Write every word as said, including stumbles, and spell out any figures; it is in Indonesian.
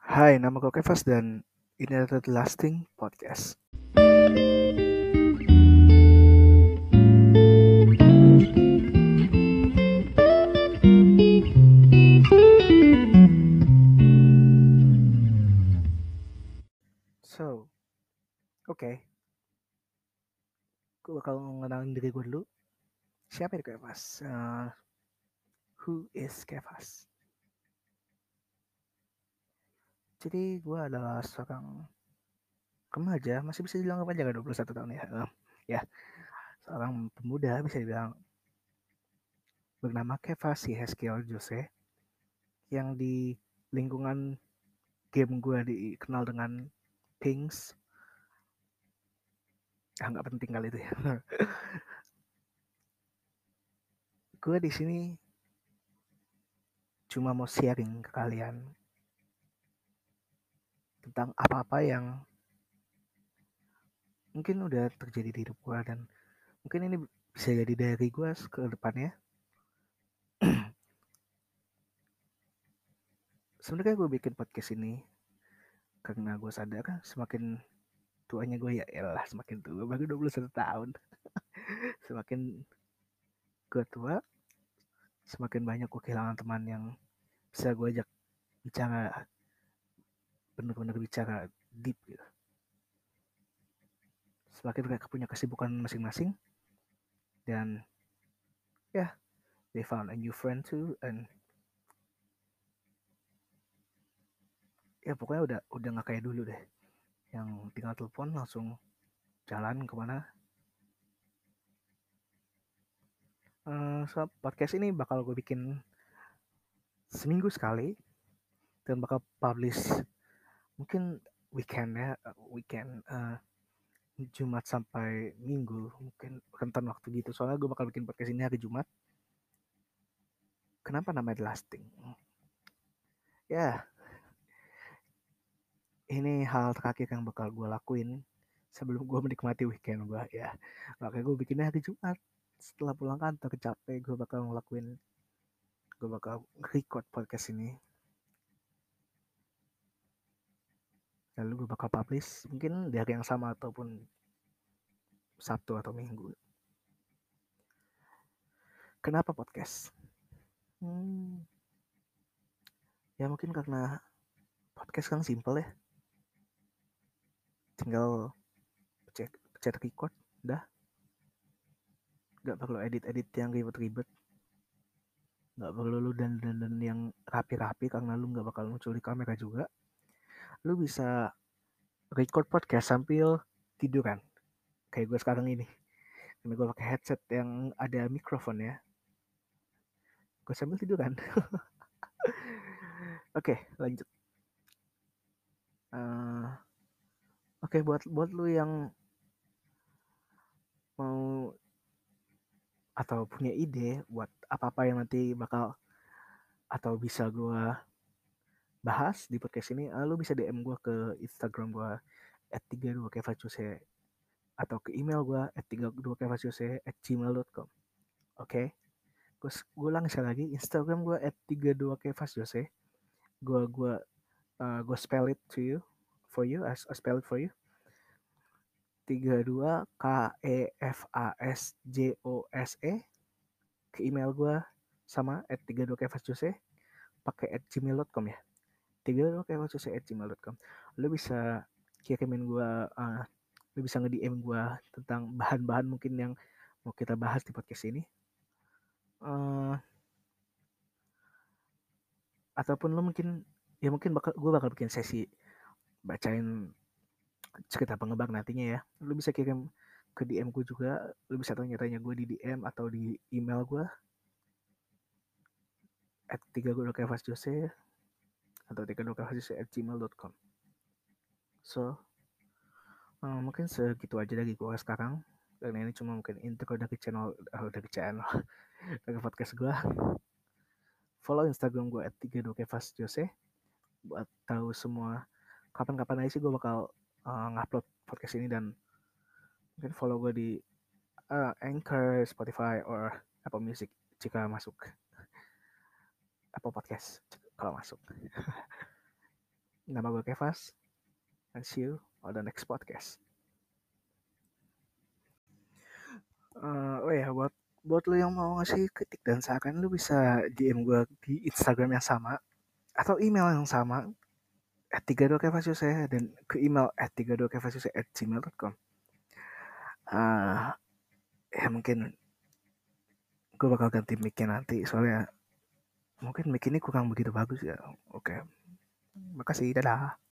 Hai, nama gue Kevas dan ini adalah The Lasting Podcast. So, oke, okay. Gue bakal ngenalin diri gue dulu. Siapa itu Kevas? Uh, who is Kevas? Jadi gue adalah seorang remaja, masih bisa dibilang remaja kan dua puluh satu tahun ya. Uh, ya, seorang pemuda bisa dibilang bernama Kevas Yehezkiel Jose yang di lingkungan game gue dikenal dengan Pinks. Ah, nggak penting kali itu ya. Gue di sini cuma mau sharing ke kalian tentang apa-apa yang mungkin udah terjadi di hidup gue dan mungkin ini bisa jadi dari gue ke depannya. Sebenarnya gue bikin podcast ini karena gue sadar semakin tuanya gue ya elah semakin tua, baru dua puluh satu tahun. Semakin gue tua, semakin banyak gue kehilangan teman yang bisa gue ajak bicara, benar-benar bicara deep gitu. Semakin mereka punya kesibukan masing-masing dan ya yeah, they found a new friend too and ya pokoknya udah udah nggak kayak dulu deh yang tinggal telepon langsung jalan kemana. Uh, so podcast ini bakal gue bikin seminggu sekali dan bakal publish mungkin weekend ya weekend uh, Jumat sampai Minggu mungkin rentan waktu gitu soalnya gue bakal bikin podcast ini hari Jumat. Kenapa namanya The Lasting? Ya, ini hal terakhir yang bakal gue lakuin sebelum gue menikmati weekend gue ya. Makanya gue bikinnya hari Jumat setelah pulang kantor capek, gue bakal ngelakuin gue bakal record podcast ini lalu gue bakal publish mungkin di hari yang sama ataupun Sabtu atau Minggu. Kenapa podcast? Hmm, ya mungkin karena podcast kan simple ya. Tinggal pencet, pencet record, dah. Gak perlu edit-edit yang ribet-ribet. Gak perlu lu dan dan yang rapi-rapi karena lu gak bakal muncul di kamera juga. Lu bisa record podcast sambil tiduran. Kayak gue sekarang ini. Karena gue pakai headset yang ada mikrofon ya. Gue sambil tiduran. Oke, okay, lanjut. Uh, Oke, okay, buat buat lu yang mau atau punya ide buat apa-apa yang nanti bakal atau bisa gue bahas di podcast ini, uh, lu bisa D M gue ke Instagram gue at tiga dua kevacuse atau ke email gue at tiga dua kevacuse at gmail dot com. Oke, gue gue ulang sekali lagi, Instagram gue at tiga dua kevacuse. Gue gue uh, gue spell it to you for you, I, I spell it for you. tiga dua K E F A S J O S E ke email gue sama at tiga dua kevacuse pakai at gmail dot com ya. tiga dua kevacuse at gmail dot com. Lu bisa kirimin gue uh, lu bisa nge-D M gue tentang bahan-bahan mungkin yang mau kita bahas di podcast ini. Uh, ataupun lu mungkin ya mungkin bakal gue bakal bikin sesi bacain cerita pengembang nantinya ya. Lu bisa kirim ke D M gue juga, lu bisa tanya-tanya gue di D M atau di email gue at tiga dua kevacuse atau tiga dua kevacuse at gmail dot com. So, uh, mungkin segitu aja dari gue sekarang. Dan ini cuma mungkin intro dari channel, oh, dari channel, dari podcast gue. Follow Instagram gue at tiga dua kevacuse buat tahu semua kapan-kapan aja sih gue bakal uh, ngupload podcast ini dan mungkin follow gue di uh, Anchor, Spotify, or Apple Music jika masuk Apple Podcast kalau masuk. Nama gue Kevas, and see you on the next podcast. Uh, oh ya, buat buat lo yang mau ngasih kritik dan saran, lu bisa D M gue di Instagram yang sama atau email yang sama at tiga puluh dua kevasiuse dan ke email at tiga puluh dua kevasiuse at gmail dot com. Uh, ya mungkin gue bakal ganti mic-nya nanti soalnya mungkin mic ini kurang begitu bagus ya. Oke, makasih, dadah.